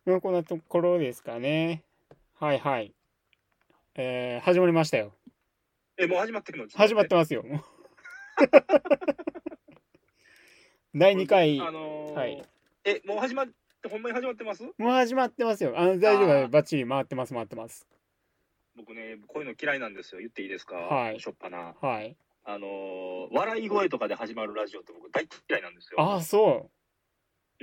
こんなところですかね。はいはい。始まりましたよ。 もう始まってるの？ちょっと始ま待って。 ってますよ。第これ 2回。はい。 もう始まって、ほんまに始まってます？ もう始まってますよ。大丈夫だよ。 ああ、 バッチリ回ってます、回ってます。 僕ね、こういうの嫌いなんですよ。言っていいですか？ はい。 しょっぱな。 はい。 笑い声とかで始まるラジオって僕大嫌いなんですよ。 ああ、そうん。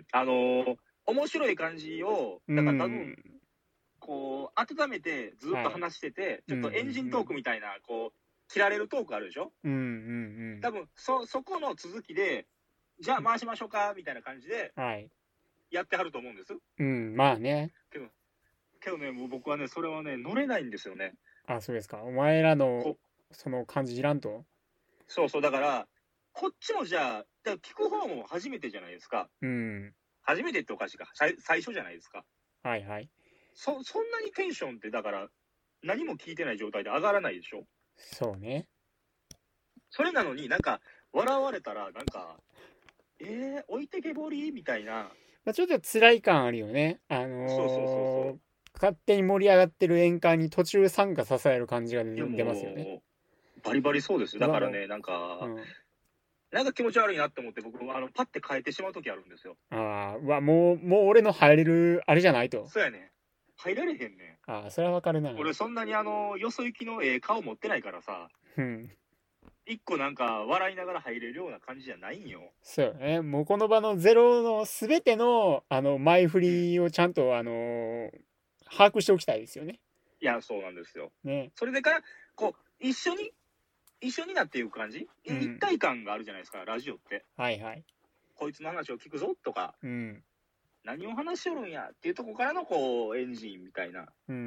面白い感じを、 う。うだから多分、 ん。 こう、温めてずっとはい。 話してて、 うんうんちょっとエンジントークうん。 みたいな、こう、切られるトークあるでしょ？ うんうん多分、そこの続きで、じゃあ回しましょうか、みたいな感じでうん。はい。 やってはると思うんです。 うん、まあね。 けど、けどね、もう僕はね、それはね、乗れないんですよね。 あ、そうですか。お前らの、 こその感じいらんと。 そうそう、だから、こっちもじゃあ、だから聞く方も初めてじゃないですか。 うん。 初めてっておかしいか、最初じゃないですか。 はいはい。 そんなにテンションって、だから、何も聞いてない状態で上がらないでしょ？ そうね。 それなのになんか、笑われたら、なんか、置いてけぼりみたいな。 まあ、ちょっと辛い感あるよね。 そうそうそうそう。 勝手に盛り上がってる宴会に途中参加させられる感じがいや出ますよね。 もう、バリバリそうですよ。 うわ、もだからね、 う、うん。 なんか気持ち悪いなって思って、僕、パッて変えてしまう時あるんですよ。 ああ、うわ、もう俺の入れる、あれじゃないと。 そうやね。入られへんねん。 ああ、それはわかるな。 俺、そんなによそ行きの顔持ってないからさ、 うん。 一個なんか笑いながら入れるような感じじゃないんよ。 そうよね。もうこの場のゼロのすべての、前振うん。 りをちゃんと、把握しておきたいですよね。 いや、そうなんですよ。 ね。 それでから、こう、一緒になっていく感じ、一うん。 体感があるじゃないですか、ラジオって。 はいはい。 こいつの話を聞くぞとか、 うん。 何を話しよるんやっていうとこからの、こう、エンジンみたいな。 うん。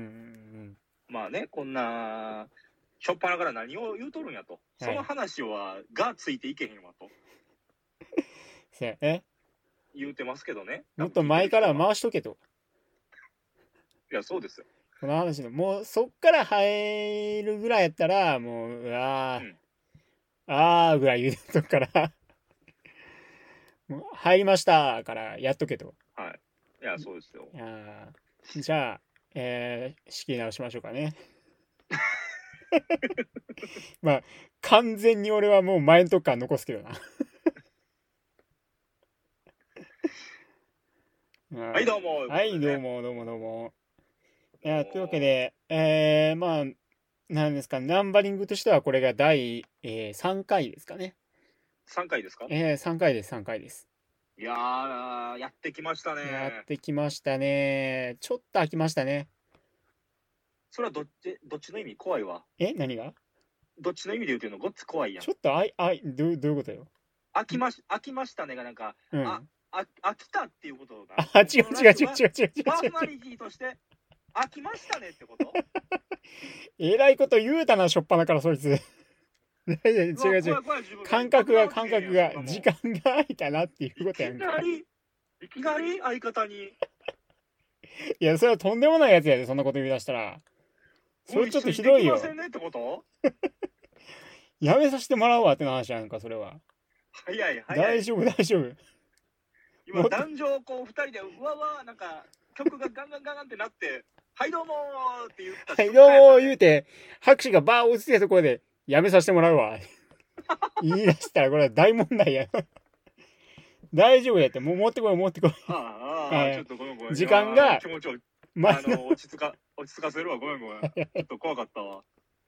まあね、こんな、しょっぱなから何を言うとるんやと。そのはい。 話がついていけへんわとそうやね。 言うてますけどね。多分もっと前から聞いてる人は。 回しとけと。 いや、そうですよ。 この話の、もうそっから入るぐらいやったら、もう、うわうん。 ー、あーぐらい言うとくからもう入りましたからやっとけと。 はい。いや、そうですよ。 あじゃあ、仕切り直しましょうかね。まあ、完全に俺はもう前のとこから残すけどな。 はい、どうも、いうはい、 ことでね。 どうも、どうも、どうも。というわけもで、まあ、なんですか、ナンバリングとしてはこれが第、3回ですかね。 う、3回ですか？ 3回です、3回です。 いやー、やってきましたね。 やってきましたね。ちょっと飽きましたね。 それはどっちの意味？怖いわ。 何がどっちの意味で言うてるの？ごっつ怖いやん。 ちょっとどういうことよ。 飽きましたねがなんか、あ、 うん。 飽きたっていうことだ。 あ、違うこのラ違う違うジオが違う違う違うパーソナ違う。 リティとして飽きましたねってこと？ えらいこと言うたな、しょっぱなからそいつ。違う違ううわ、 違う。 怖い怖い、自分で。 感覚が、 爆弾発言やん、そ感覚が、 んなもん。 時間が空いたなっていういきことやんか。 なり、いきなり相方に、 いや、それはとんでもないやつやで、そんなこと言い出したら。そもうれちょっと一緒にできひどいよ。 ませんねってこと？ やめさせてもらうわっての話やんか、それは。 早い早い。 大丈夫、大丈夫。 今、 もっと、 男女こう二人で、うわわ、なんか、曲がガンガンガンガンってなって、はいどうもーって言ったはい、 瞬どう間やったで。 も言うて、拍手がバー落ちてたところで、やめさせてもらうわ。言い出したらこれは大問題や。大丈夫やって、もう持ってこい、持ってこい。 ちょっとごめんごめん。い時や間が気持ちを、 前の、 落ち着かせるわ。ごめんごめん。ちょっと怖かったわ。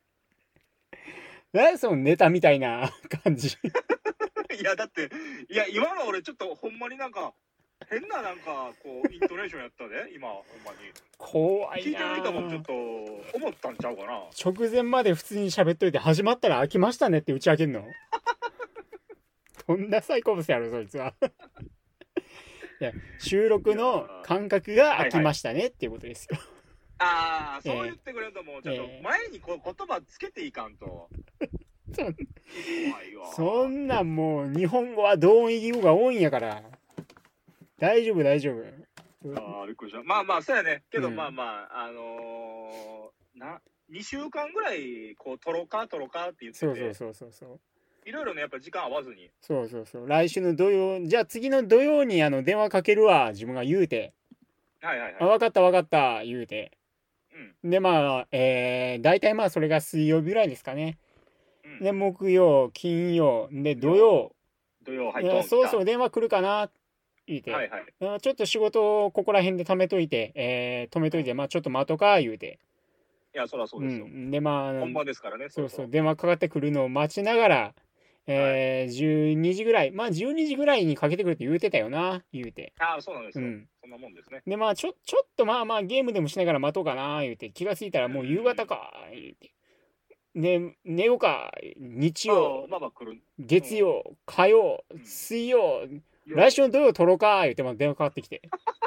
何そのネタみたいな感じ。 いや、だって、いや、今の俺ちょっとほんまになんか、変ななんか、こう、イントネーションやったで、今、ほんまに。 怖い聞いてる人もちょなっと、思ったんちゃうかな。 直前まで普通に喋っといて、始まったら飽きましたねって打ち明けんの。とんだサイコパスやろ、そいつは。いや、収録いやの感覚が飽はいはい。 きましたねっていうことですよ。 そう言ってくれるともう、ちょっと前にこう言葉つけていかんと。 そん怖いそわ。 んなんもう、日本語は同音異義語が多いんやから。大丈夫、大丈夫。 びっくりした。まあまあ、そうやね。けどまあうん。 まあ、2週間ぐらい、こう、撮ろうかって言ってて、 そうそうそうそうそう。 いろいろね、やっぱ時間合わずに。 そうそうそう。来週の土曜、じゃあ次の土曜に電話かけるわ、自分が言うて。 あ、 はいはいはい。 わかったわかった言うて。 うん。 でまあ大体まあそれが水曜日ぐらいですかね。でうんうん。 木曜金曜で土曜、 よ土曜、はい、 いやドン来た。 そろそろ電話来るかな言うて、 はいはい。 ちょっと仕事をここら辺で貯めといて、止めうん。 といて、まあちょっと待とうか言うて。 いや、そらそううですよ。 ん。でまあ本番ですからね、そそうそう、 ろそろ。 電話かかってくるのを待ちながら、 はい。 12時ぐらい、まあ12時ぐらいにかけてくるって言うてたよな、言うて。 ああ、そうなんですよ。 うん。 そんなもんですね。 で、まあちょっとまあまあゲームでもしながら待とうかな、言うて、気がついたらうんうんうもう夕方ん。 か、言うて。で、寝ようか、日曜、 ああ、まあまあ来る。うん。 月曜、火曜、 うん。 水曜、来週よの土曜撮ろうか、言うて、まあ電話かかってきて。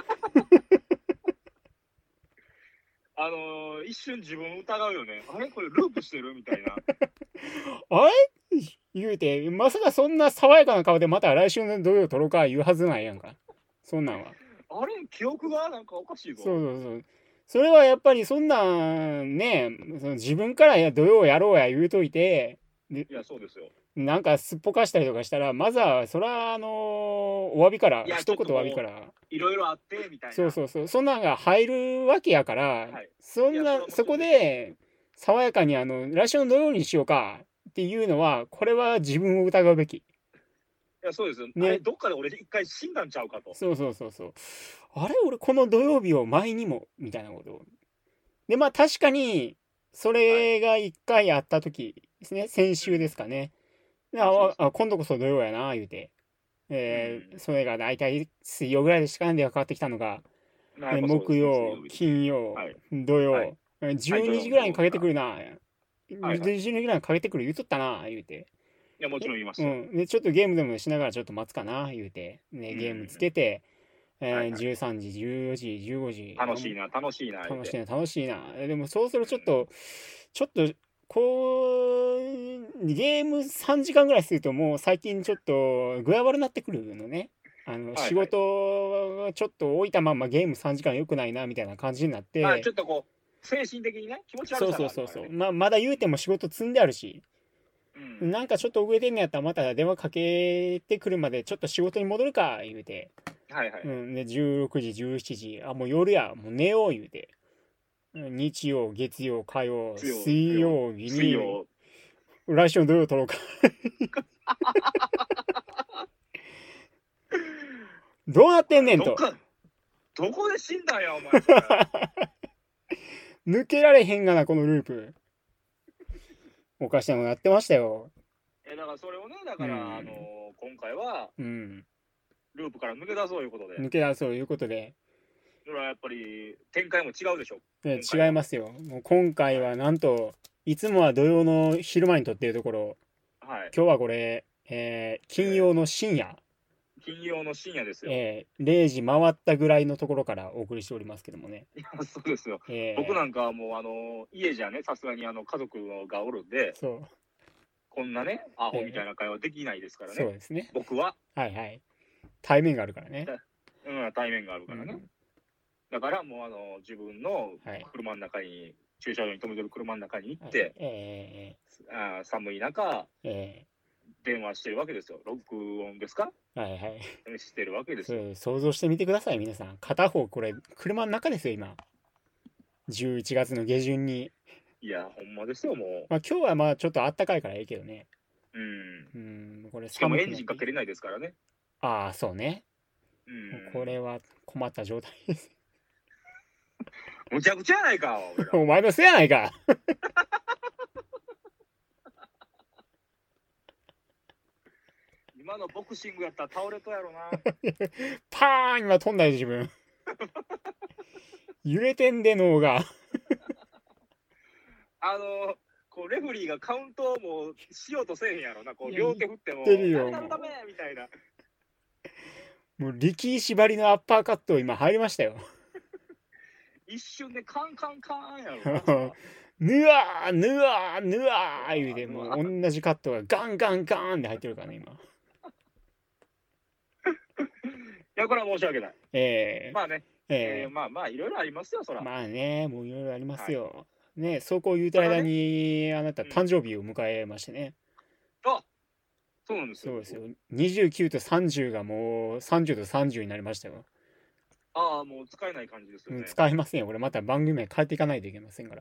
一瞬自分疑うよね。あれこれループしてるみたいな。 あれ言うて、まさかそんな爽やかな顔でまた来週の土曜撮ろうか、言うはずないやんか。そんなんは。 あれ記憶がなんかおかしいそうぞ。 そうそう。それはやっぱりそんなんね、その自分から土曜やろうや言うといて、で、 いや、そうですよ。 なんかすっぽかしたりとかしたら、まずは、そら、お詫びから、 いや、ちょっ一言お詫びともから、 う、いろいろあって、みたいな。 そうそうそう、そんなんが入るわけやから、 はい。いや、それそんな、 はもそこちろんですよ。 で、爽やかに来週の土曜にしようかっていうのは、これは自分を疑うべき。 いや、そうですよ。あれ、 ね。 どっかで俺一回死んだんちゃうかと。 そうそうそうそう。あれ俺この土曜日を前にも、みたいなことを。で、まあ確かに、そはい。 れが一回あった時ですね。先週でうん。 すかね。であ、そうですか。 今度こそ土曜やな、言うて。 うん。 それが大体水曜ぐらいでしか電話かかってきたのが、 まあ、やっぱそうですね、水木曜、 曜日ですね。 金曜、 はい。 土はい。 曜、 はい、 12時ぐらいにかけてくるな、 はいはい。 12時ぐらいにかけてくる言うとったな、言うて。 いや、もちろん言いましたよ。 うん。で、ちょっとゲームでもしながらちょっと待つかな、言うて。ね、 うゲームつん。 けて、 はいはい。 13時、14時、15時、 楽しいな、楽しいな、言うて。 楽しいな、楽しいな。でも、そろそろうん。 ちょっと、こゲーム3時間ぐらいするともう最近ちょっと具合悪なってくるのね。仕はいはい。 事ちょっと置いたままゲーム3時間良くないなみたいな感じになっまあ、 て、 ちょっとこう、精神的にね、気持ち悪そうさそうそうそう。 があるからね。 まあ、まだ言うても仕事積んであるし、 うん。 なんかちょっと遅れてんのやったらまた電話かけてくるまでちょっと仕事に戻るか、言うて。 はいはいはい。 うん。で、16時、17時、あ、もう夜や、もう寝よう、言うて。日曜、月曜、火曜、水曜日に、 水曜。 来週の土曜取ろうか。どうなってんねんと。 どこで死んだんや、お前、それ。 抜けられへんがな、このループ。おかしなのやってましたよ。 だからそれをね、だうから、 ん。 今回は、 うん。 ループから抜け出そういうことで。 抜け出そういうことで。 それはやっぱり、展開も違うでしょ、 で今回は。 違いますよ。もう今回はい。 はなんと、いつもは土曜の昼間に撮ってるところ、 はい。 今日はこれ、金曜えの深夜、 金曜の深夜ですよ。 0時回ったぐらいのところからお送りしておりますけどもね。 いや、そうですよ。僕えなんかはもう、家じゃね、さすがに家族がおるんで、 そう、 こんなね、アホみたいえな会話できないですからね。 そうですね。 僕は。 はいはい。対面があるからね。 うん、対面があるからね。 うん。 だからもう自分のはい。 車の中に、駐車場に止めてる車の中に行はい。 って、寒い中、 え電話してるわけですよ。録音ですかはいはい。 してるわけですよ。 そう想像してみてください、皆さん。片方、これ、車の中ですよ、今。11月の下旬に。 いや、ほんまですよ、もまあ、今日はまあ、ちょっと暖かいからいいけどね。 う。うん。 うん、これしかもエ寒くなってきて。 ンジンかけれないですからね。 ああ、そうね。 うこれん。 は困った状態です。 むちゃくちゃやないか、俺ら。 お前のせいやないか。 今のボクシングやったら倒れとやろな。 パーン今飛んだよ、自分。揺れてんで、脳が。 こうレフリーがカウントをもうしようとせえへんやろな。こういや、 両言っ手振っても、 てるよ、 ダメダメダメもみたいな。 う。もう力縛りのアッパーカット今入りましたよ。 一瞬でカンカンカンやろな、そら。 ぬわー、ぬわー、ぬわー言うて、 うわもう同じカットがガンガンガーンで入ってるからね、今。 いや、これは申し訳ない。 えまあね、 ー、えまあまあ、いろいろありますよ、そら。 まあね、もういろいろありますはい。 よ。ね、そうこう言うてる間ただね、 に、あなたうん。 誕生日を迎えましてね。 あ、そうなんですよ、僕。 そうですよ。29と30がもう30と30になりましたよ。 ああ、もう使えない感じですよね。 使いません。俺また番組名変えていかないといけませんから。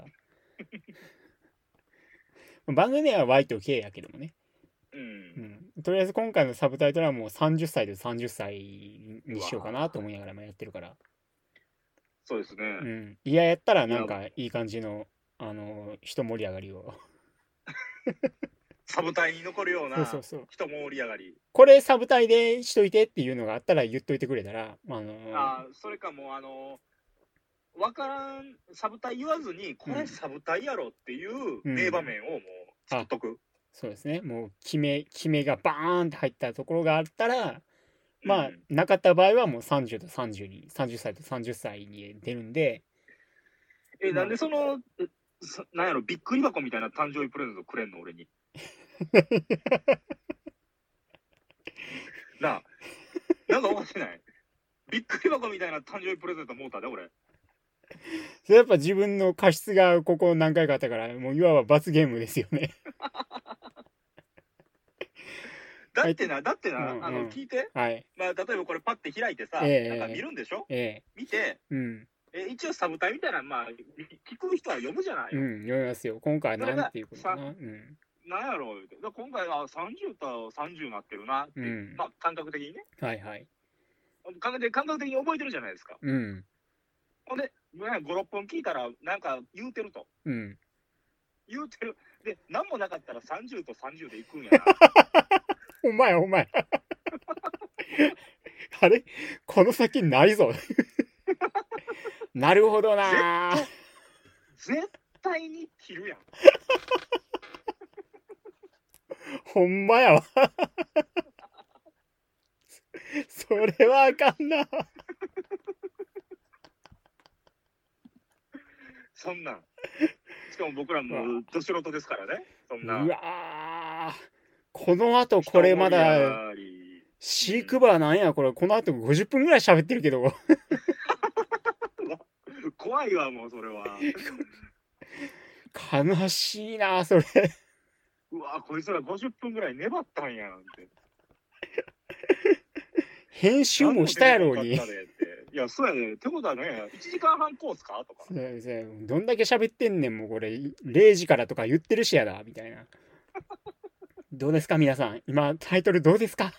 番組名は Y と K やけどもね。 うん。 とりあえず今回のサブタイトルはもう30歳と30歳にしようかなと思いながらもやってるから。 そうですね。 いや、やったらいや、 なんかいい感じの、人盛り上がりを。 サブ隊に残るようなそうそうそう。 人盛り上がり。 これサブタイでしといてっていうのがあったら言っといてくれたら、 それかもうわからん、サブ隊言わずに、これサブ隊やろっていう名場面をもう作っとく。 そうですね。もう決めがバーンって入ったところがあったら、まあ、なかった場合はもう30と30に、30歳と30歳に出るんで。 なんでなんやろ、びっくり箱みたいな誕生日プレゼントくれんの、俺に。なあ、なんかおかしない？びっくり箱みたいな誕生日プレゼントもうたで、俺。 それやっぱ自分の過失がここ何回かあったから、もういわば罰ゲームですよね。 だってな、聞いて。 はい。 まあ、例えばこれパッて開いてさ、なんか見るんでしょ？見て、一応サブタイみたいな、まあ、聞く人は読むじゃないよ。 読みますよ。今回はなんていうことかな。 なんやろう。今回は30と30になってるなって、まあ、感覚的にね。 はいはい。 感覚的に覚えてるじゃないですか。ほんで、5、6本聞いたら、なんか言うてると。言うてる。で、何もなかったら30と30でいくんやな。 お前。あれこの先ないぞ。なるほどな。 絶対に切るやん。 ほんまやわ。それはあかんな。 そんなん。しかも僕らもうど素人ですからね。そんな。 うわこの後これまだ飼育バーなんやこれ、この後50分ぐらい喋ってるけど。 怖いわ、もうそれは。 悲しいなそれ。 うわこいつら50分ぐらい粘ったんやなんて。 編集もしたやろうに。 いや、そうやね。ってことはね、1時間半コースかとか。 どんだけ喋ってんねん、もうこれ、0時からとか言ってるしやだ、みたいな。どうですか、皆さん。今、タイトルどうですか？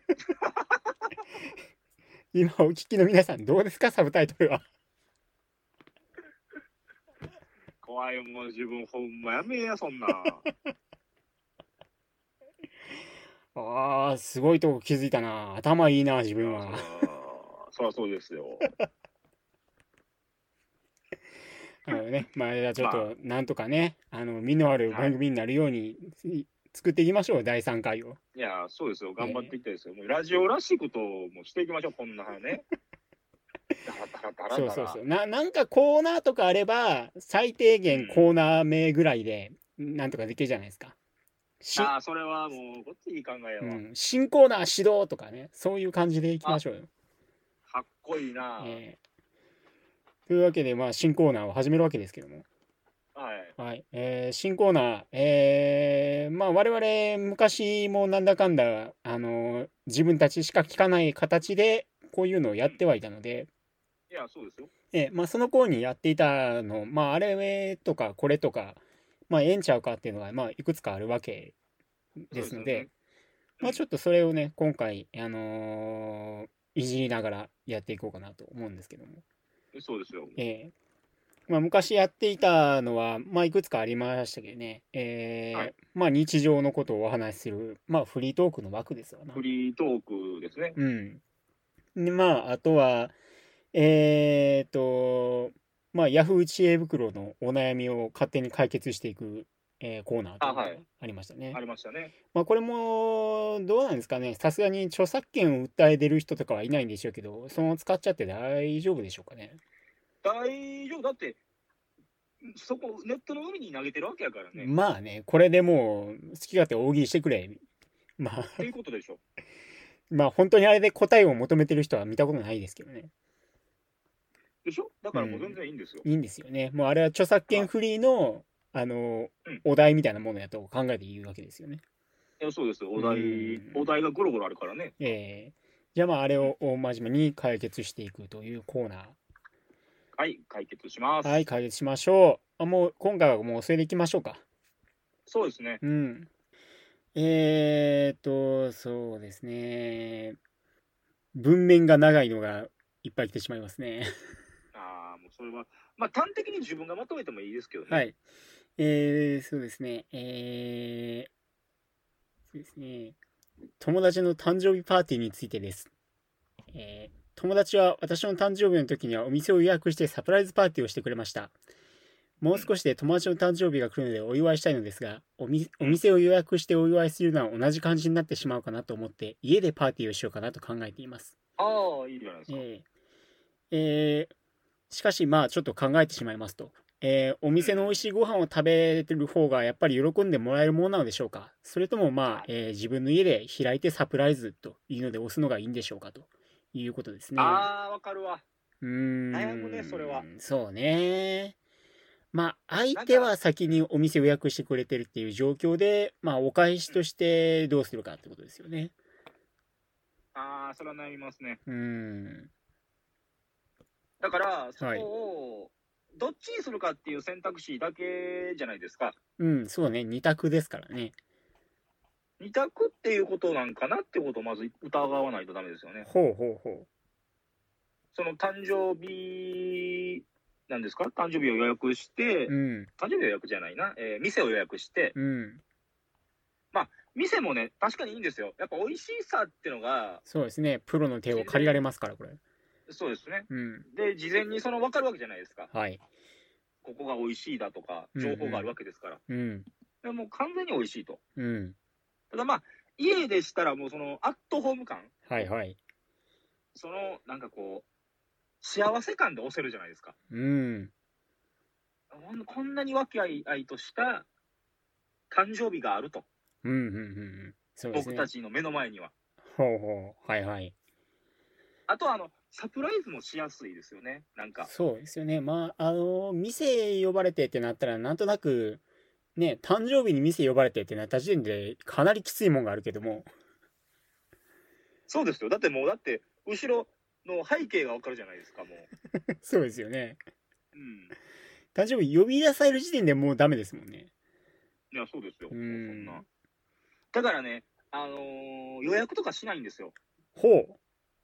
今、お聞きの皆さん、どうですか、サブタイトルは。 怖いよ、もう自分、ほんまやめや、そんな。 ああ、すごいとこ気づいたな。頭いいな、自分は。 そりゃそうですよ。 まあ、ちょっと、なんとかね、身のある番組になるように作っていきましょう、第3回を。 いや、そうですよ。頑張っていきたいですよ。もうラジオらしいことをもうしていきましょう、こんなね。 そう。なんかコーナーとかあれば、最低限コーナー名ぐらいで、なんとかできるじゃないですか。 それはもう、こっちいい考えやわ。 新コーナー始動とかね、そういう感じでいきましょうよ。 かっこいいな。 というわけで、まあ、新コーナーを始めるわけですけども。はい。新コーナー、まあ、我々、昔もなんだかんだ、自分たちしか聞かない形で、こういうのをやってはいたので、 いや、そうですよ。まあ、その頃にやっていたの、まあ、あれとか、これとか、まあ、ええんちゃうかっていうのが、まあ、いくつかあるわけですので、まあ、ちょっとそれをね、今回、いじりながらやっていこうかなと思うんですけども。 そうですよ。 まあ、昔やっていたのは、まあ、いくつかありましたけどね、まあ、日常のことをお話しする、まあ、フリートークの枠ですわな。 フリートークですね。 で、まあ、あとは、まあ、ヤフー知恵袋のお悩みを勝手に解決していく、コーナーというのがありましたね。 ありましたね。 まあ、これも、どうなんですかね。さすがに著作権を訴え出る人とかはいないんでしょうけど、その使っちゃって大丈夫でしょうかね。 大丈夫だって、そこ、ネットの海に投げてるわけやからね。 まあね、これでもう、好き勝手大喜利してくれ。まあ。 っていうことでしょ。 まあ、本当にあれで答えを求めてる人は見たことないですけどね。 でしょ？だからもう全然いいんですよ。 いいんですよね。もうあれは著作権フリーの、お題みたいなものやと考えていいわけですよね。 いや、そうですよ。お題がゴロゴロあるからね。 じゃあまああれを大真面目に解決していくというコーナー。 はい、解決します。 はい、解決しましょう。もう今回はもうそれでいきましょうか。 そうですね。 うん。そうですね。文面が長いのがいっぱい来てしまいますね。 ああ、もうそれは、まあ端的に自分がまとめてもいいですけどね。 はい。そうですね。そうですね。友達の誕生日パーティーについてです。友達は私の誕生日の時にはお店を予約してサプライズパーティーをしてくれました。もう少しで友達の誕生日が来るのでお祝いしたいのですが、お店を予約してお祝いするのは同じ感じになってしまうかなと思って、家でパーティーをしようかなと考えています。 ああ、いいじゃないですか。 しかしまあちょっと考えてしまいますと、お店の美味しいご飯を食べてる方がやっぱり喜んでもらえるものなのでしょうか。それともまあ、自分の家で開いてサプライズというので押すのがいいんでしょうかということですね。 ああ、わかるわ。悩むね、それは。 そうね。まあ相手は先にお店予約してくれてるっていう状況で、まあお返しとしてどうするかってことですよね。 ああ、それは悩みますね。だから、そこを、どっちにするかっていう選択肢だけじゃないですか。 うん、そうね。二択ですからね。 二択っていうことなんかなってことをまず疑わないとダメですよね。 ほうほうほう。 その誕生日、なんですか、誕生日を予約して、誕生日予約じゃないな、店を予約して、まあ、店もね、確かにいいんですよ。やっぱ美味しさっていうのが。 そうですね。プロの手を借りられますから、これ。 そうですね。で、事前にその分かるわけじゃないですか。 はい。 ここが美味しいだとか、情報があるわけですから。でもう完全に美味しいと。ただまあ、家でしたらもうそのアットホーム感。 はいはい。 その、なんかこう、幸せ感で押せるじゃないですか。こんなに和気あいあいとした誕生日があると。僕たちの目の前には。 ほうほう。はいはい。 あとサプライズもしやすいですよね。なんか。 そうですよね。まあ、店呼ばれてってなったら、なんとなく、ね、誕生日に店呼ばれてってなった時点で、かなりきついもんがあるけども。 そうですよ。だって、後ろの背景がわかるじゃないですか、もう。 そうですよね。誕生日呼び出される時点でもうダメですもんね。 いや、そうですよ。そんな。だからね、予約とかしないんですよ。 ほう。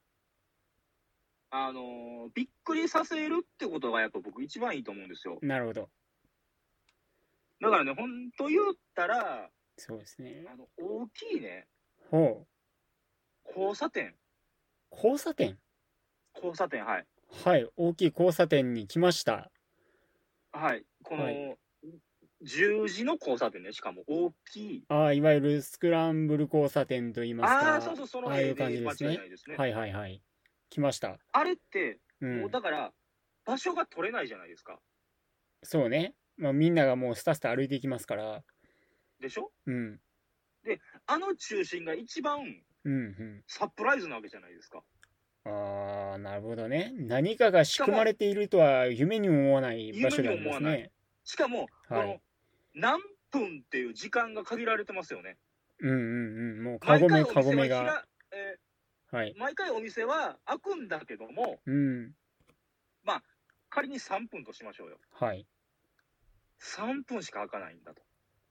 びっくりさせるってことがやっぱ僕一番いいと思うんですよ。 なるほど。 だからね、ほんと言ったら、 そうですね。 大きいね。 ほう。 交差点。 交差点？ 交差点、はい。 はい、大きい交差点に来ました。 はい。この、十字の交差点ね、しかも大きい。 いわゆるスクランブル交差点といいますか。 そうそう、そのああいう感じですね。はいはいはい。来ました。 あれって、もうだから、場所が取れないじゃないですか。 そうね。まあ、みんながもうスタスタ歩いていきますから。 でしょ？で、中心が一番、サプライズなわけじゃないですか。 ああ、なるほどね。何かが仕組まれているとは夢にも思わない場所なんですね。 しかも、この何分っていう時間が限られてますよね。 もうカゴメが。 毎回お店は開くんだけども、まあ、仮に3分としましょうよ。 はい。 3分しか開かないんだと。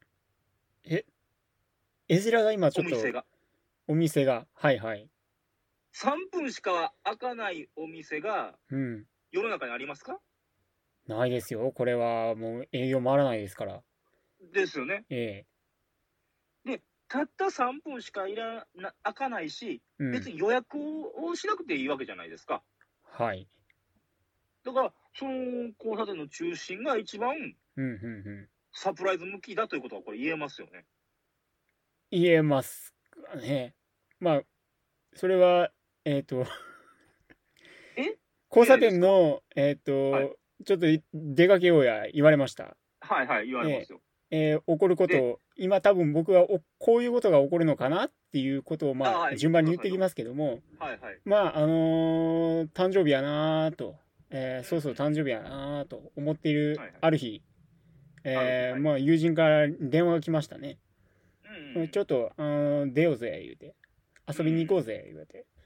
絵面が今ちょっと。お店が。はいはい。 3分しか開かないお店が、世の中にありますか？ ないですよ。これはもう営業回らないですから。 ですよね。で、たった3分しか開かないし、別に予約をしなくていいわけじゃないですか。 はい。 だから、その交差点の中心が一番、サプライズ向きだということはこれ言えますよね。 言えますね。まあ、それは、交差点の、ちょっと出かけようや言われました。 はいはい、言われますよ。 起こることを、今多分僕はこういうことが起こるのかなっていうことを、まあ、順番に言っていきますけども、まあ、誕生日やなと、そうそう誕生日やなと思っているある日、まあ、友人から電話が来ましたね。ちょっと、出ようぜ、言うて。遊びに行こうぜ、言うて。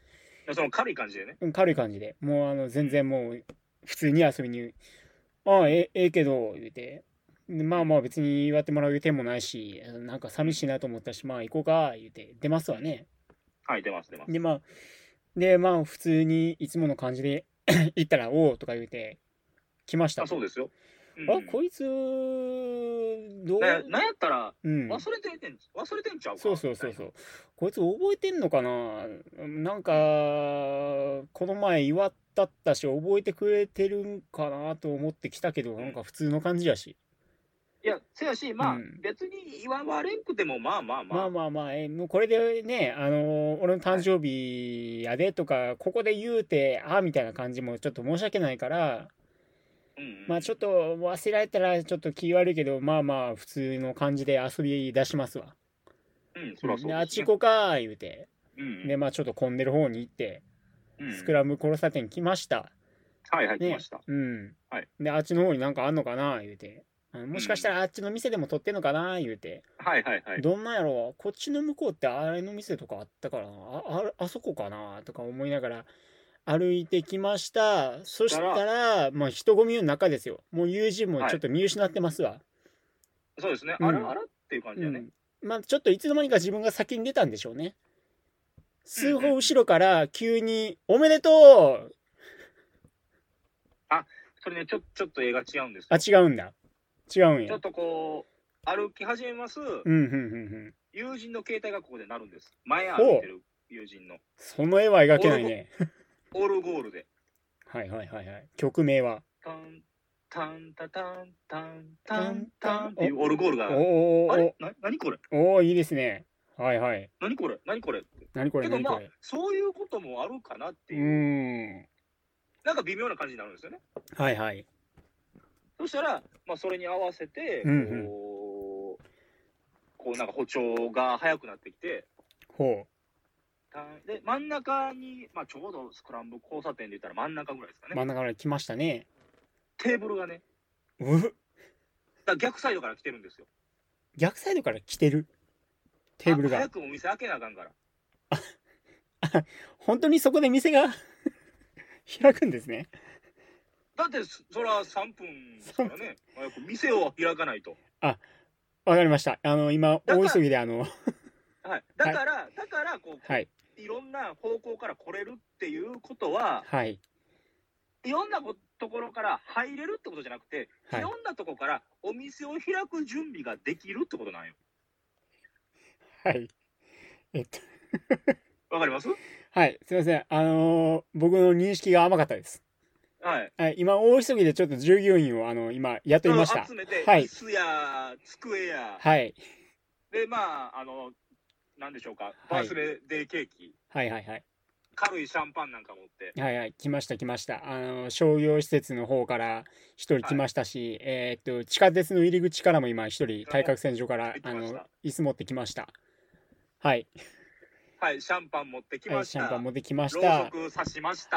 その軽い感じでね。 軽い感じで。もう全然もう、普通に遊びに、ああ、ええけど、言うて。まあまあ別に祝ってもらう予定もないし、なんか寂しいなと思ったし、まあ行こうか、言うて、出ますわね。 はい、出ます。 で、まあ普通にいつもの感じで行ったら、おおとか言うて、来ました。 そうですよ。 こいつ、 どうなんやったら、忘れてんちゃうか。 そう。こいつ覚えてんのかな。なんか、この前祝ったったし、覚えてくれてるんかなと思ってきたけど、なんか普通の感じやし。 いや、せやし、まあ、別に祝われんくても、まあ、もうこれでね、俺の誕生日やでとか、ここで言うて、みたいな感じもちょっと申し訳ないから、まあちょっと忘れられたらちょっと気悪いけど、まあ普通の感じで遊び出しますわ。 そらそうですね。 あっち行こうか言うて、でまあちょっと混んでる方に行って、スクラム交差点来ました。 はい、来ました。 であっちの方になんかあんのかな言うて、もしかしたらあっちの店でも撮ってんのかな言うて、どんなんやろ、こっちの向こうってあれの店とかあったからあそこかなとか思いながら歩いてきました。そしたら、まあ、人混みの中ですよ。もう友人もちょっと見失ってますわ。 そうですね。あらっていう感じだね。 まあ、ちょっといつの間にか自分が先に出たんでしょうね。数歩後ろから急に、おめでとうそれね、ちょっと絵が違うんですよ。違うんだ。違うんや。 ちょっとこう、歩き始めます。友人の携帯がここで鳴るんです。前歩いてる友人の。 その絵は描けないね。 オルゴールで。 はい。曲名はタンタンタタンタンタンタンっていうオルゴールが。あれ何これ。 いいですね。はい。 何これけどまあ、そういうこともあるかなっていう。なんか微妙な感じになるんですよね。 はい。 そしたら、まあそれに合わせて、こうなんか歩調が速くなってきて。で、真ん中に、まあ、ちょうどスクランブル交差点で言ったら真ん中ぐらいですかね。 真ん中から来ましたね。 テーブルがね。逆サイドから来てるんですよ。 逆サイドから来てるテーブルが。 早くお店開けなあかんから。 本当にそこで店が開くんですね。 だって、そら3分ですからね。早く店を開かないと。 わかりました。今、大急ぎではい。 だから、こう、いろんな方向から来れるっていうことは、いろんなところから入れるってことじゃなくて、いろんなところからお店を開く準備ができるってことなんよ。わかります？ はい、すいません。僕の認識が甘かったです。今、大急ぎでちょっと従業員を、今、雇いました。 集めて、椅子や机や。で、まあ、なんでしょうか、バースデーケーキ。軽いシャンパンなんか持って。来ました。 商業施設の方から一人来ましたし、地下鉄の入り口からも今一人、対角線上から、椅子持ってきました。 シャンパン持ってきました。 シャンパン持ってきました。 ろうそく刺しました。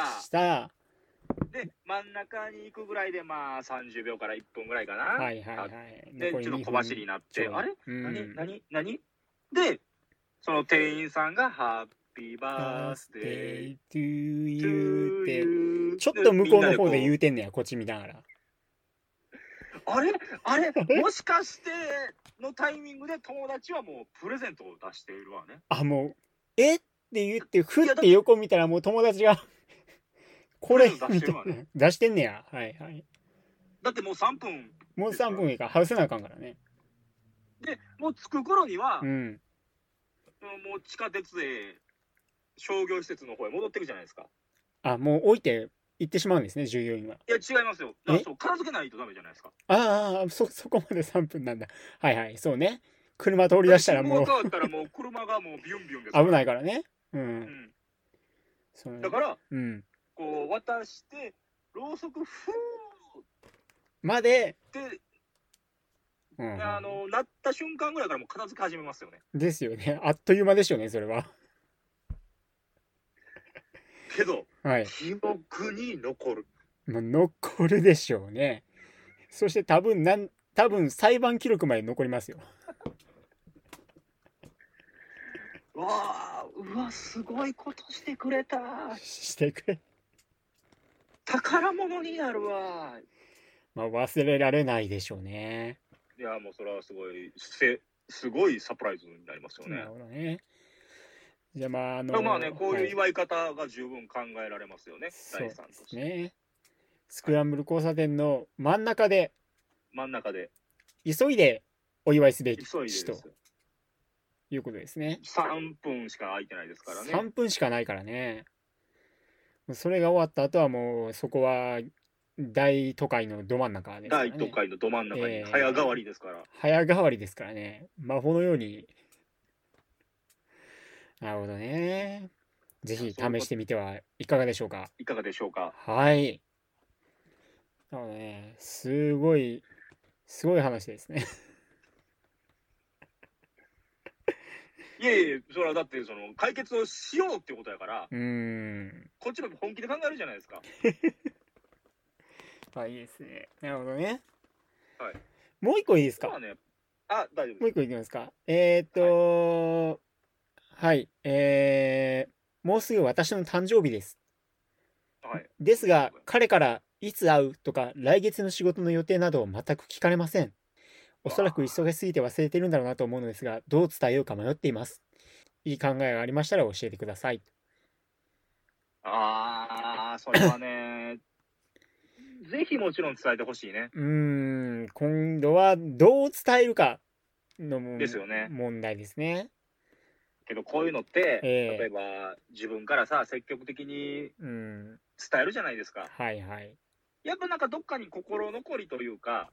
で、真ん中に行くぐらいで、まあ、30秒から1分ぐらいかな。で、ちょっと小走りになって、あれ何で、その店員さんが、ハッピーバースデートゥーユーって、ちょっと向こうの方で言うてんねや、こっち見ながら。 あれもしかしてのタイミングで友達はもうプレゼントを出しているわね。 もう、って言って、ふって横見たらもう友達が、これ、出してんねや。 だってもう3分。 もう3分いいから、外せなあかんからね。 で、もう着く頃には、もう地下鉄へ商業施設の方へ戻ってくじゃないですか。 もう置いて行ってしまうんですね、従業員は。 いや、違いますよ。片付けないとダメじゃないですか。 そこまで3分なんだ。そうね。車通り出したらもう。 信号変わったらもう車がもうビュンビュンですから。危ないからね。 だから、こう渡して、ろうそくふーまで、 なった瞬間ぐらいからもう片付け始めますよね。 ですよね。あっという間でしょうね、それは。 けど、記憶に残る。 残るでしょうね。そして多分裁判記録まで残りますよ。 うわ、すごいことしてくれた。 してくれ。 宝物になるわ。 まあ、忘れられないでしょうね。 いや、もうそれはすごいサプライズになりますよね。 なるほどね。じゃあまあまあね、こういう祝い方が十分考えられますよね、 はい、そうですね。スクランブル交差点の真ん中で、急いでお祝いすべきということですね。 3分しか空いてないですからね。 3分しかないからね。それが終わった後はもうそこは大都会のど真ん中ですからね。 大都会のど真ん中に早変わりですから。 早変わりですからね。魔法のように。なるほどね。ぜひ試してみてはいかがでしょうか。 いかがでしょうか。 はい。なのでね、すごい話ですね。 いやいや、それはだってその解決をしようってことやから、こっちも本気で考えるじゃないですか。 はい、いいですね。なるほどね。 はい。 もう一個いいですか。 まあね、大丈夫です。 もう一個いきますか。はい、もうすぐ私の誕生日です。 はい。 ですが、彼からいつ会うとか、来月の仕事の予定などを全く聞かれません。おそらく忙しすぎて忘れてるんだろうなと思うのですが、どう伝えようか迷っています。いい考えがありましたら教えてください。 それはね、ぜひもちろん伝えてほしいね。 今度はどう伝えるかのですよね。 問題ですね。 けどこういうのって、例えば自分からさ、積極的に伝えるじゃないですか。 はいはい。 やっぱなんかどっかに心残りというか、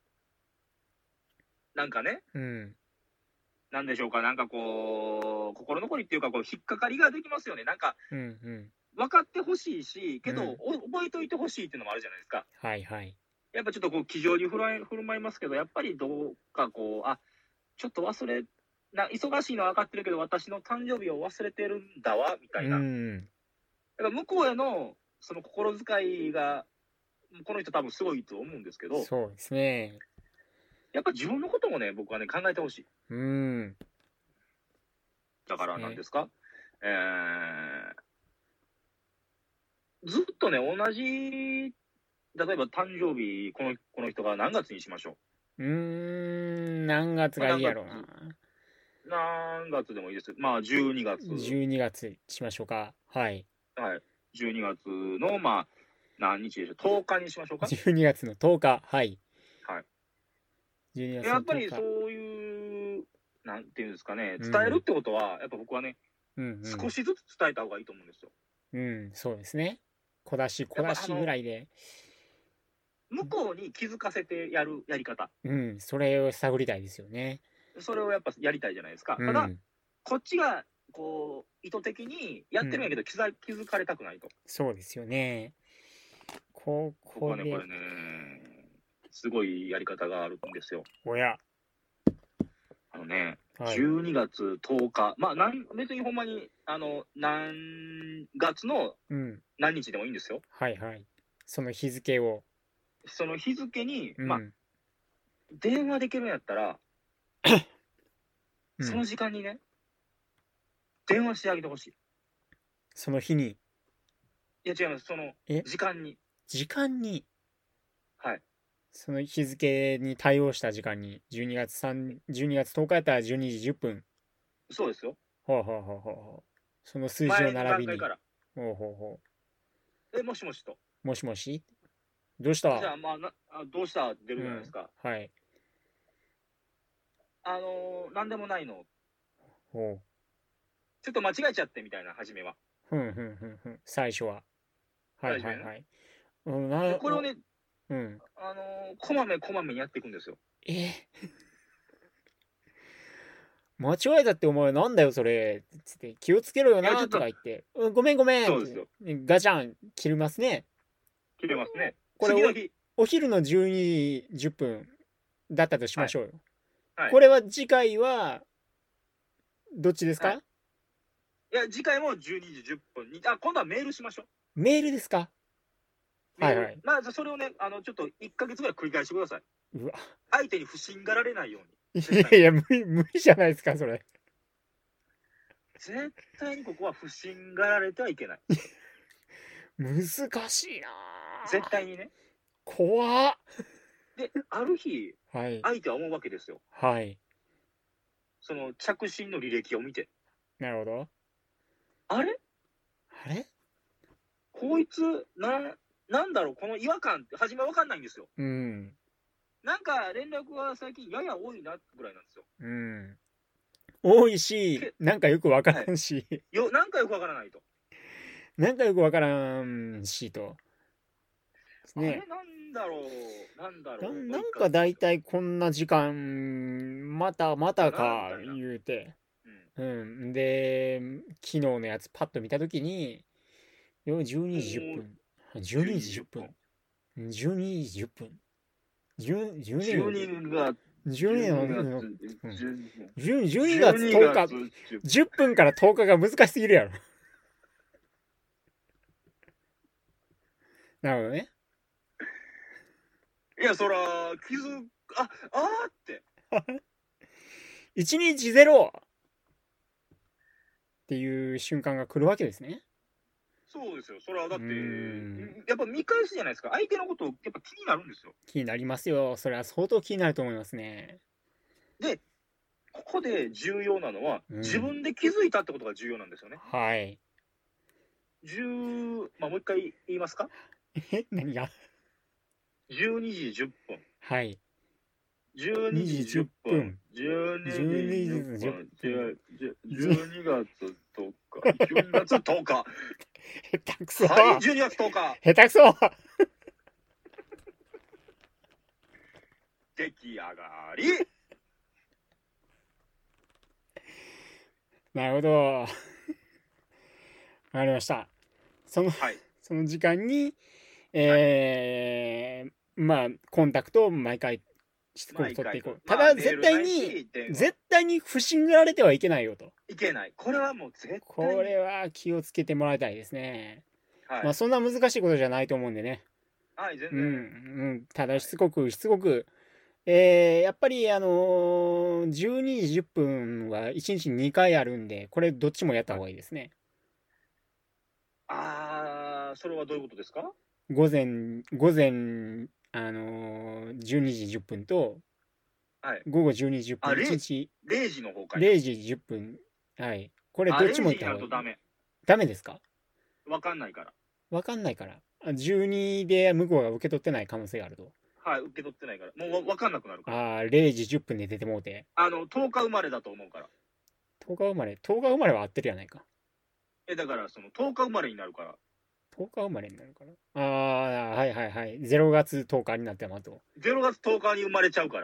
なんかね、なんでしょうか、なんかこう、心残りっていうか、こう引っかかりができますよね。なんか、分かってほしいし、けど、覚えといてほしいっていうのもあるじゃないですか。 はいはい。 やっぱちょっとこう、気丈に振る舞いますけど、やっぱりどうかこう、ちょっと忙しいのは分かってるけど、私の誕生日を忘れてるんだわ、みたいな。だから向こうへの、その心遣いが、この人多分すごいと思うんですけど、 そうですね。 やっぱ自分のこともね、僕はね、考えてほしい。だからなんですか、ずっとね、同じ、例えば誕生日、この人が何月にしましょう。 何月がいいやろうな。 何月でもいいです。まあ、12月。 12月しましょうか。はい。 はい。12月の、まあ、何日でしょう。10日にしましょうか。 12月の10日。はい。 はい。 12月の10日。 やっぱりそういう、なんていうんですかね、伝えるってことは、やっぱ僕はね、少しずつ伝えた方がいいと思うんですよ。 そうですね。小出しぐらいで。 向こうに気づかせてやるやり方。 それを探りたいですよね。 それをやっぱやりたいじゃないですか。ただ、こっちが、こう、意図的にやってるんやけど、気づかれたくないと。 そうですよね。 僕はね、これね、すごいやり方があるんですよ。12月10日。まあ、別にほんまに、何月の何日でもいいんですよ。 はいはい。その日付を。 その日付に、まあ、電話できるんやったら、その時間にね、電話してあげてほしい。 その日に。 いや違います。その時間に。 時間に。 はい。 その日付に対応した時間に、12月10日やったら12時10分。 そうですよ。 ほう。その数字を並びに。ほう。もしもしと。 もしもしどうしたじゃあ、まあ、どうした出るじゃないですか。 はい。 なんでもないの。 ほう。 ちょっと間違えちゃってみたいな、初めは。 最初は。はい。 これをね、こまめにやっていくんですよ。 間違えたってお前なんだよそれつって気をつけろよなとか言ってごめんそうですよ。 ガチャン切りますね。 切れますね。 これお昼の12時10分だったとしましょうよ。これは次回はどっちですか？いや次回も12時10分に今度はメールしましょう。 メールですか？はい。 まあそれをねちょっと1ヶ月ぐらい繰り返してください。相手に不信がられないように。 いや無理じゃないですかそれ。 絶対にここは不審がられてはいけない。 難しいな。 絶対にね。 怖っ。 で、ある日、 はい、 相手は思うわけですよ。 はい。 その着信の履歴を見て。 なるほど。 あれこいつ、なんだろう、この違和感って初めは分かんないんですよ。 うん。 なんか連絡は最近やや多いなぐらいなんですよ。 うん。多いし、なんかよく分からんし。 はい、なんかよく分からないと。 なんかよく分からんしと。 ね、あれなんだろう、 なんか大体こんな時間、またか、言うて。うん。で、昨日のやつパッと見たときに、12時10分。12時10分。12時10分。12月、12月10日、10分から10日が難しすぎるやろ。なるほどね。 いや、そら、あーって。 1日0っていう瞬間が来るわけですね。 そうですよ。それはだって、やっぱ見返すじゃないですか。相手のことやっぱ気になるんですよ。 気になりますよ。それは相当気になると思いますね。 で、ここで重要なのは、自分で気づいたってことが重要なんですよね。 はい。 もう一回言いますか？ 何が ?12 時10分。 はい。 12時10分。12時10分。12月10日。12月10日。 下手くそ。 はい、12月10日。 下手くそ。 出来上がり。 なるほど。わかりました。その時間に、まあ、コンタクトを毎回しつこく取っていこう。ただ、絶対に不審がられてはいけないよと。 いけない。これはもう絶対に。 これは気をつけてもらいたいですね。はい、まあ、そんな難しいことじゃないと思うんでね。 はい、全然。 ただ、しつこく、やっぱり、12時10分は1日2回あるんで、これどっちもやった方がいいですね。 それはどういうことですか？ 午前、12時10分と、午後12時10分、1日、 0時の方か。 0時10分。はい。これどっちもやった方がいい。ダメですか？ わかんないから。 わかんないから。12で向こうが受け取ってない可能性があると。 はい、受け取ってないから。もう分かんなくなるから。 0時10分で出てもうて。 10日生まれだと思うから。 10日生まれは合ってるやないか。 だからその10日生まれになるから。 10日生まれになるかな。はいはいはい。0月10日になってまと。 0月10日に生まれちゃうから。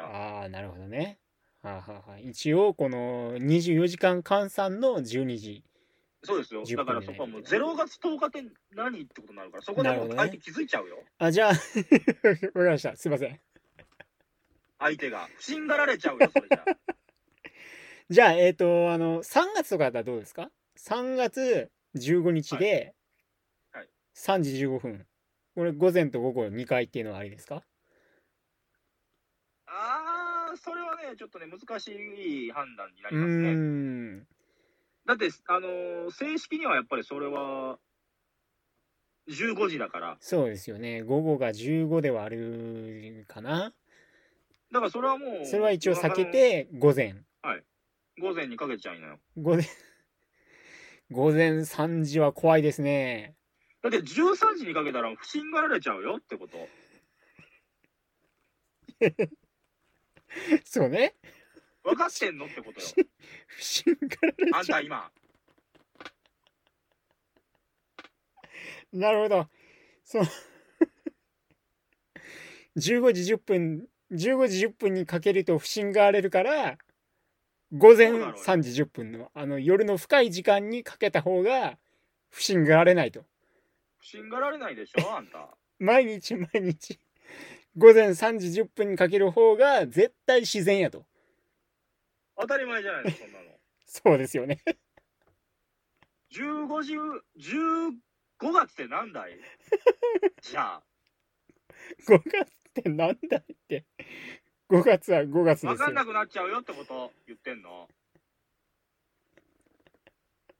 なるほどね。一応、この24時間換算の12時。 そうですよ。だからそこはもう0月10日って何ってことになるから、そこでもう相手気づいちゃうよ。 じゃあ、わかりました。すいません。 相手が。不審がられちゃうよ、それじゃ。 じゃあ、3月とかだったらどうですか？ 3 月15日で、3時15分。これ、午前と午後2回っていうのはありですか？ それはね、ちょっとね、難しい判断になりますね。だって、正式にはやっぱりそれは、15時だから。 そうですよね。午後が15ではあるかな。 だからそれはもう。 それは一応避けて、午前。 はい。午前にかけちゃいなよ。 午前3時は怖いですね。 だって13時にかけたら不審がられちゃうよってこと。 そうね。 分かってんのってことよ。 不審がられちゃう。 あんた今。 なるほど。15時10分、15時10分にかけると不審がられるから、午前3時10分の、夜の深い時間にかけた方が、不審がられないと。 不審がられないでしょ、あんた。 毎日、午前3時10分にかける方が、絶対自然やと。 当たり前じゃないですか、そんなの。 そうですよね。 15月ってなんだい？じゃあ。 5月ってなんだいって。5月は5月ですよ。 分かんなくなっちゃうよってこと言ってんの。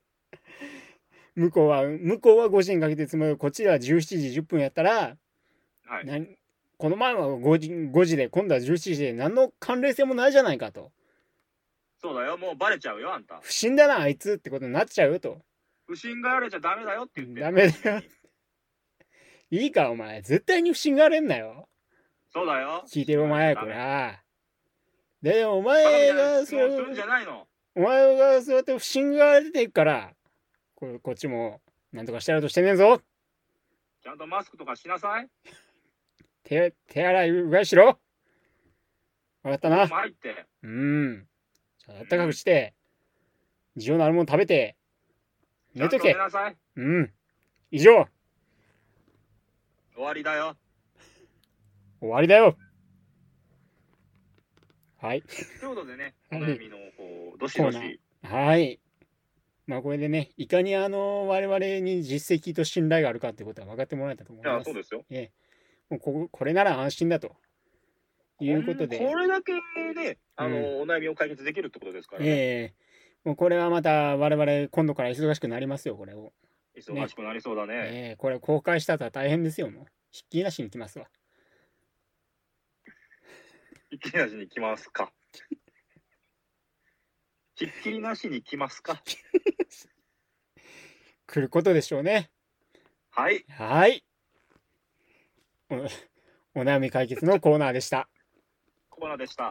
向こうは5時にかけて積む、こっちは17時10分やったら、はい、この前は5時で、今度は17時で、何の関連性もないじゃないかと。 そうだよ、もうバレちゃうよ、あんた。 不審だな、あいつってことになっちゃうよと。 不審がられちゃダメだよって言って。 ダメだよ。いいか、お前。絶対に不審がられんなよ。 そうだよ。 聞いてるお前こら。で、お前がそう、お前がそうやって不審が出ていくから、こっちも、なんとかしてやろうとしてねえぞ。 ちゃんとマスクとかしなさい。 手洗いうがいしろ。わかったな。 入って。 じゃあ、あったかくして、需要のあるもの食べて、寝とけ。以上。 終わりだよ。 終わりだよ。はい。 ということでね、お悩みのどしどし。 はい。まあこれでね、いかに我々に実績と信頼があるかってことは分かってもらえたと思います。 そうですよ。 もうこれなら安心だということで。 これだけで、お悩みを解決できるってことですからね。 もうこれはまた我々今度から忙しくなりますよ、これを。 忙しくなりそうだね。 これ公開したら大変ですよ、もう。ひっきりなしに来ますわ。 ひっきりなしに来ますか。ひっきりなしに来ますか。 来ることでしょうね。 はい。 はい。お悩み解決のコーナーでした。 コーナーでした。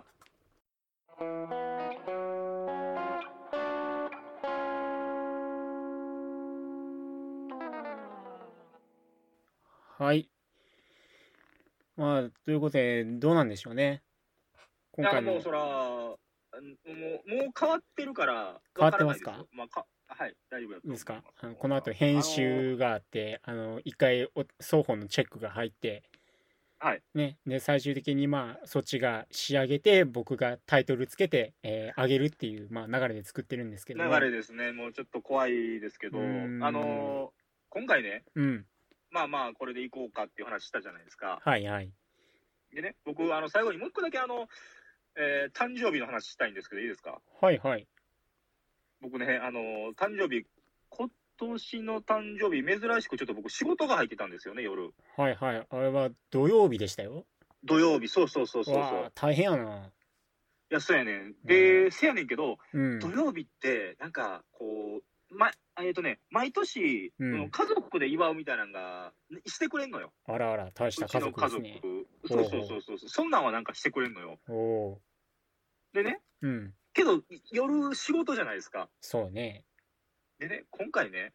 はい。まあ、ということで、どうなんでしょうね。 今回もうそら、もう変わってるから。 変わってますか？ はい、大丈夫ですか。この後編集があって、一回双方のチェックが入って、 はい。 ね、で、最終的にそっちが仕上げて、僕がタイトルつけて、上げるっていう、流れで作ってるんですけど、 流れですね。もうちょっと怖いですけど、今回ね、まあこれでいこうかっていう話したじゃないですか。 はいはい。 でね、僕、最後にもう一個だけ誕生日の話したいんですけど、いいですか？ はいはい。 僕ね、誕生日、今年の誕生日、珍しくちょっと僕、仕事が入ってたんですよね、夜。 はいはい。あれは土曜日でしたよ。 土曜日、そう。 大変やな。 いや、そうやねん。で、せやねんけど、土曜日って、なんか、こう、毎年、家族で祝うみたいなのが、してくれんのよ。 あらあら、大した家族ですね。 そう。そんなんはなんかしてくれんのよ。でね、けど、夜仕事じゃないですか。 そうね。 でね、今回ね、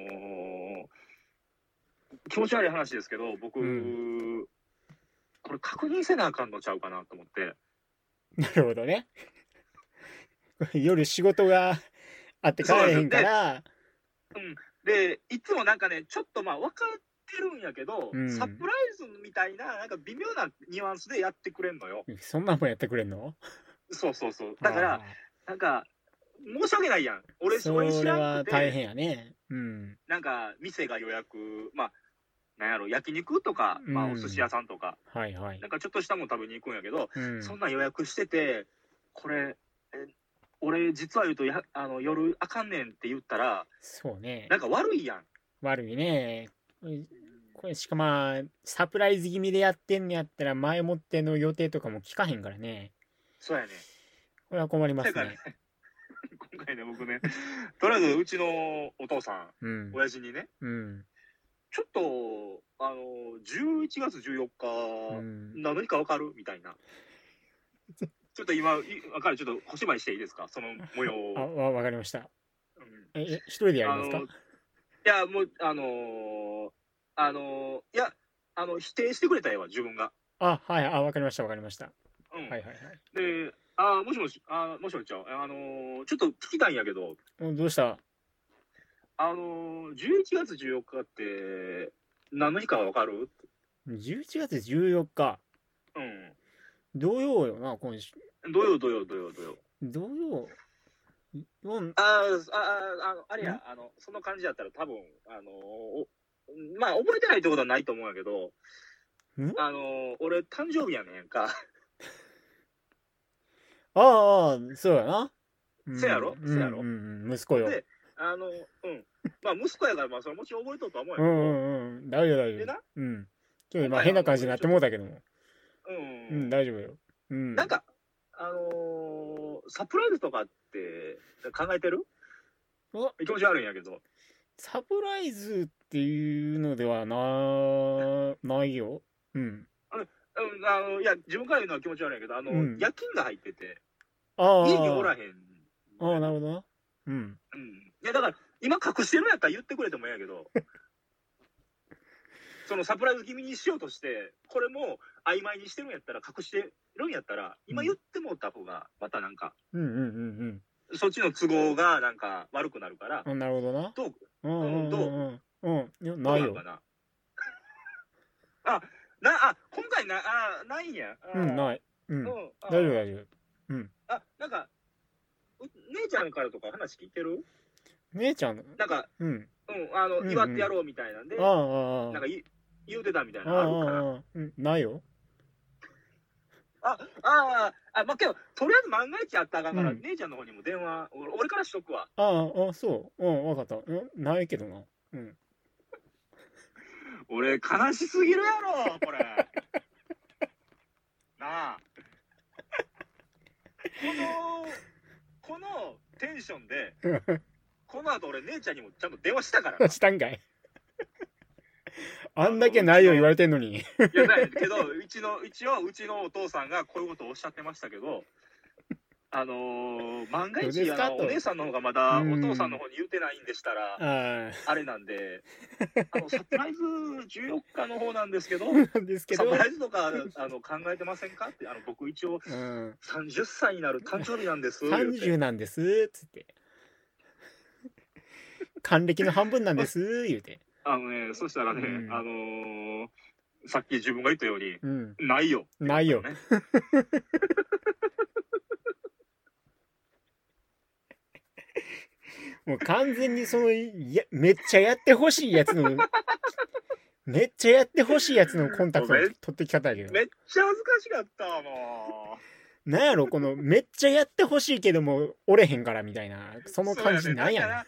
気持ち悪い話ですけど、僕、これ確認せなあかんのちゃうかなと思って。 なるほどね。夜仕事があって帰れへんから。 で、いつもなんかね、ちょっと分かってるんやけど、サプライズみたいな、なんか微妙なニュアンスでやってくれんのよ。 そんなんもやってくれんの？ そう。だから、なんか、申し訳ないやん。俺知らんくて。 それは大変やね。 なんか、店が予約、なんやろ、焼肉とか、お寿司屋さんとか、なんかちょっとしたもん食べに行くんやけど、そんな予約してて、これ、俺実は言うと夜あかんねんって言ったら、 そうね。 なんか悪いやん。 悪いね。これしかサプライズ気味でやってんのやったら前もっての予定とかも聞かへんからね。 そうやね。 これは困りますね。 今回ね、僕ね、とりあえずうちのお父さん、親父にね、ちょっと、11月14日、何かわかるみたいな。ちょっと今、わかる、ちょっと小芝居していいですか、その模様を。 わかりました。一人でやりますか？いや、もう、いや、否定してくれたよ、自分が。 はい、わかりました、わかりました。 はい。で、もしもしちゃう。ちょっと聞きたいんやけど。 どうした？ 11月14日って何の日かわかる？ 11 月14日。土曜よな、今週。 土曜。 土曜。 あれや、その感じだったら多分、覚えてないってことはないと思うんやけど、俺、誕生日やねんか。 そうやな。 せやろ。 息子よ。 で、 まあ、息子やから、まあ、それもちろん覚えとるとは思うよ。 大丈夫、大丈夫。ちょっとまあ変な感じになってもうたけども。大丈夫よ。 なんか、サプライズとかって考えてる？気持ち悪いんやけど。 サプライズっていうのではないよ。 いや、自分から言うのは気持ち悪いんやけど、夜勤が入ってて、家におらへん。 なるほどな。 いや、だから、今隠してるんやったら言ってくれてもいいんやけど、そのサプライズ気味にしようとして、これも曖昧にしてるんやったら、隠してるんやったら、今言ってもうた方が、またなんか、そっちの都合がなんか悪くなるから。 なるほどな。 どうないよ。 今回ないんや。 ない。大丈夫、大丈夫。 なんか、姉ちゃんからとか話聞いてる？ 姉ちゃんなんか、祝ってやろうみたいなんで、なんか言うてたみたいなのあるから。 ないよ。 まあ、けど、とりあえず万が一あったらあかんから、姉ちゃんの方にも電話、俺からしとくわ。 そう。わかった。ないけどな。 俺、悲しすぎるやろ、これ。なあ。このテンションで、この後俺、姉ちゃんにもちゃんと電話したからな。 したんかい。あんだけないよ言われてんのに。 いや、ないけど、一応、うちのお父さんがこういうことをおっしゃってましたけど、万が一、お姉さんの方がまだお父さんの方に言うてないんでしたら、あれなんで、サプライズ14日の方なんですけど、サプライズとか考えてませんかって、僕一応、30歳になる誕生日なんです。 30なんです、つって。還暦の半分なんです、言うて。 そしたらね、さっき自分が言ったように、ないよ。 ないよ。もう完全にめっちゃやってほしいやつのコンタクト取ってき方やけど。 めっちゃ恥ずかしかったわ、もう。なんやろ、このめっちゃやってほしいけども折れへんからみたいな、その感じなんやねん。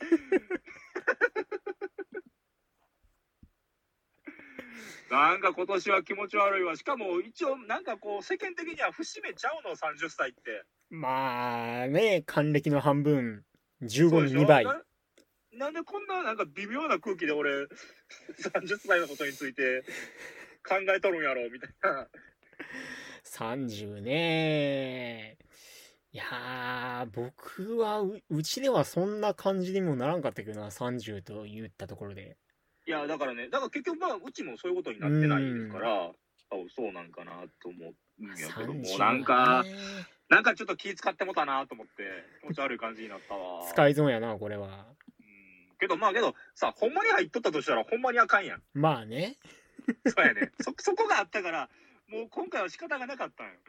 なんか今年は気持ち悪いわ。しかも一応なんかこう世間的には節目ちゃうの、30歳って。 まあね、還暦の半分、15の2倍。 なんでこんななんか微妙な空気で俺30歳のことについて考えとるんやろみたいな。 30ね。いやー、僕はうちではそんな感じにもならんかったけどな、30と言ったところで。 いや、だから結局まあうちもそういうことになってないですから、そうなんかなと思うんやけども、なんかちょっと気使ってもたなと思って気持ち悪い感じになったわ。 使い損やな、これは。 けどさ、ほんまに入っとったとしたらほんまにあかんやん。 まあね。 そうやね。そこがあったからもう今回は仕方がなかったんよ。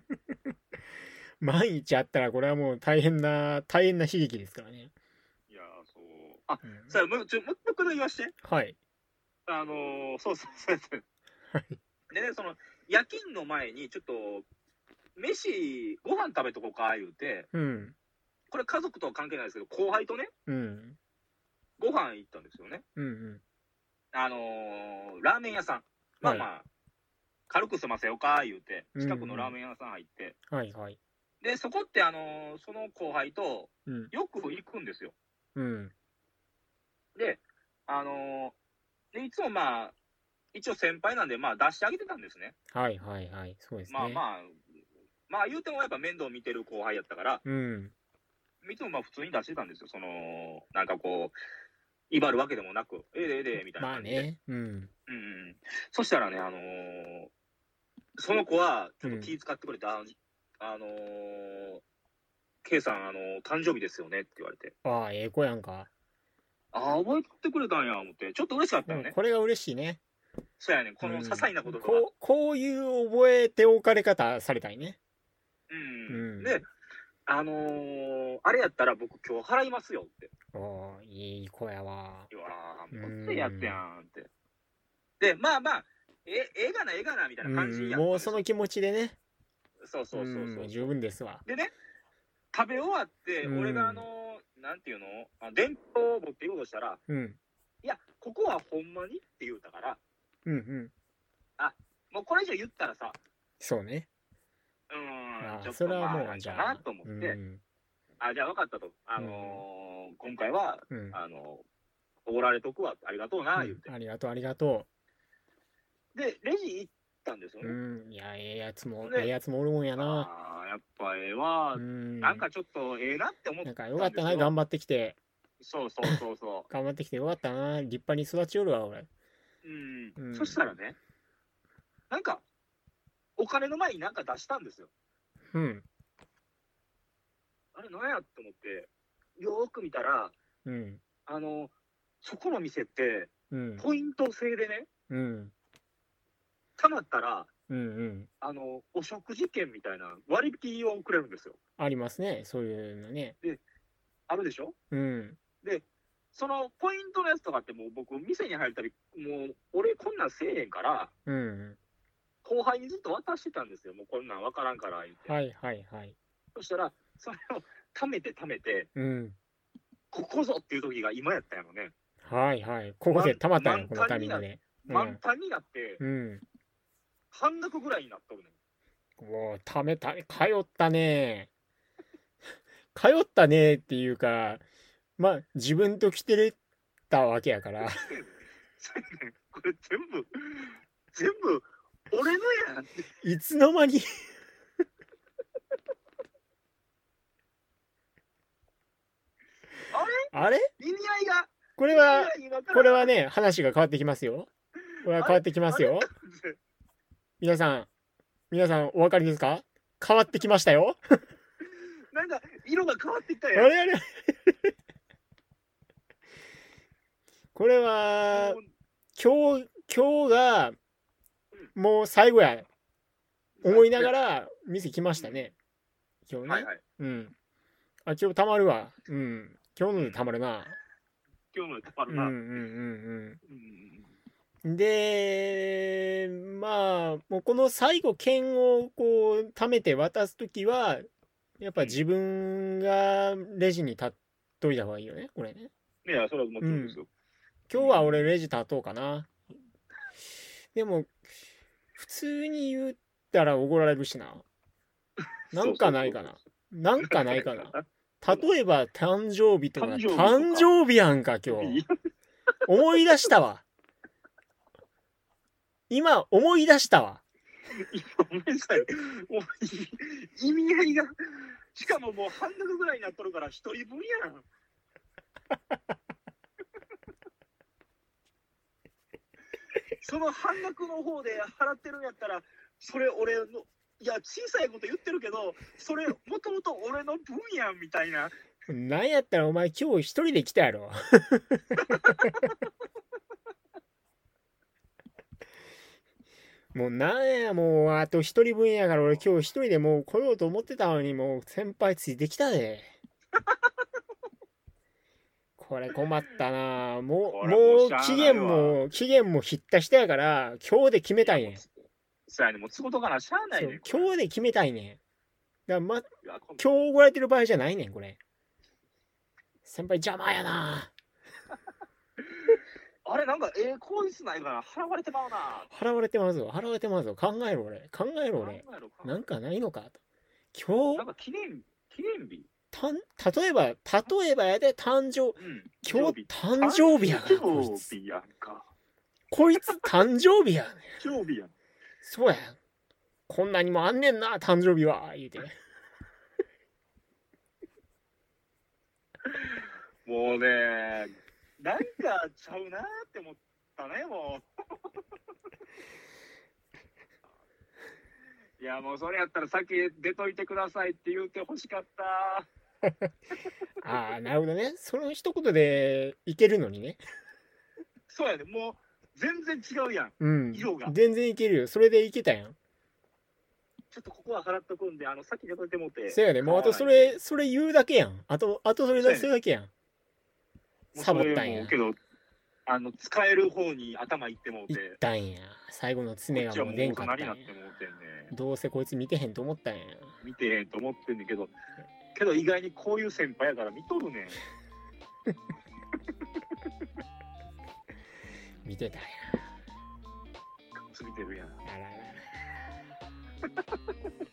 毎日あったらこれはもう大変な悲劇ですからね。 いやそう。さあもう一回言わして。 はい。 そうやって。はい。でね、その夜勤の前にちょっとご飯食べとこうか言うて、これ家族とは関係ないですけど後輩とね、ご飯行ったんですよね。ラーメン屋さん、まあ軽く済ませようか言うて近くのラーメン屋さん入って、でそこってその後輩とよく行くんですよ。でいつも一応先輩なんで出してあげてたんですね。 そうですね。 まあ言うてもやっぱ面倒見てる後輩やったから、いつも普通に出してたんですよ。なんかこう威張るわけでもなく、みたいな感じで。そしたらね、その子はちょっと気遣ってくれた、K さん、誕生日ですよねって言われて。 ええ子やんか。 覚えてくれたんや、思って。ちょっと嬉しかったよね。 これが嬉しいね。 そうやね、この些細なこととか。 こういう覚えておかれ方されたいね。 で、あれやったら僕今日払いますよって。 いい子やわ。 もうやってやんって。で、ええがなみたいな感じやった。 もうその気持ちでね。 そう。 十分ですわ。 でね、食べ終わって、俺がなんていうの、電報を持っていこうとしたら、 うん。 いや、ここはほんまにって言うたから、 うんうん。 もうこれ以上言ったらさ、 そうね。 ちょっそれはとまあ、 もう、じゃあ。 なと思って、じゃあ分かったと。今回は、おごられとくわ、ありがとうな、言って。 ありがとう、ありがとう。で、レジ行ったんですよね。いや、ええやつもおるもんやな。 やっぱええわ。なんかちょっとええなって思ったんですよ。 なんかよかったな、頑張ってきて。 そう。 頑張ってきてよかったな。立派に育ちよるわ、俺。 そしたらね、なんか、お金の前になんか出したんですよ。あれ、何やと思って、よーく見たら、そこの店って、ポイント制でね、たまったら、お食事券みたいな割引をくれるんですよ。 ありますね、そういうのね。 で、あるでしょ。で、そのポイントのやつとかってもう僕、店に入るたび、もう俺こんなんせえへんから、後輩にずっと渡してたんですよ。もうこんなん分からんから言って。 はいはいはい。 そしたら、それを貯めて、ここぞっていう時が今やったんやろね。 はいはい。ここで貯まったんや、このタイミングで。 満タンになって、半額ぐらいになっとるね。 もう、通ったね。通ったねっていうか、まあ、自分と来てたわけやから。 これ全部、俺のやん。 いつの間にあれ意味合いが。 これはね、話が変わってきますよ。これは変わってきますよ。皆さんお分かりですか？変わってきましたよ。 なんか、色が変わってきたよ。あれこれは、今日が、もう最後や。思いながら、店来ましたね。今日ね。今日たまるわ。今日のでたまるな。で、まあ、もうこの最後、券をこう、貯めて渡すときは、やっぱ自分がレジに立っといた方がいいよね、これね。 いや、それはもちろんですよ。 今日は俺レジ立とうかな。でも、普通に言ったら怒られるしな。なんかないかな。例えば、誕生日とか、誕生日やんか、今日。思い出したわ。今、思い出したわ。 ごめんなさい。もう意味合いが、しかももう半額ぐらいになっとるから一人分やん。その半額の方で払ってるんやったら、それ俺の、いや、小さいこと言ってるけど、それもともと俺の分やんみたいな。 なんやったらお前今日一人で来たやろ。もうなんや、もうあと一人分やから俺今日一人でもう来ようと思ってたのに、もう先輩ついてきたで。これ困ったな。もう期限もひったしたやから、今日で決めたいねん。 そうやね、もう都合とかなしゃあないねん。 今日で決めたいねん。だから今日おごられてる場合じゃないねん、これ。先輩邪魔やな。 あれ、なんか口実ないから払われてまうな。 払われてますよ。考えろ俺。なんかないのかと。今日なんか記念日例えばやで、今日誕生日やから、こいつ誕生日やねん。そうや。こんなにもあんねんな、誕生日は、言うて。 もうね、なんかちゃうなって思ったね、もう。いや、もうそれやったら先出といてくださいって言うてほしかった。 ああ、なるほどね。その一言でいけるのにね。 そうやね、もう全然違うやん、色が。 全然いけるよ。それでいけたやん。 ちょっとここは払っとくんで、先出といてもて。 そうやね、もうあとそれ言うだけやん。あとそれ出すだけやん。サボったんや。 けど、使える方に頭いってもうて。いったんや。最後の詰めがもう出んかったんや。どうせこいつ見てへんと思ったんや。 見てへんと思ってんねんけど、 けど意外にこういう先輩やから見とるねん。 見てたやん。 見てるやん。あららら。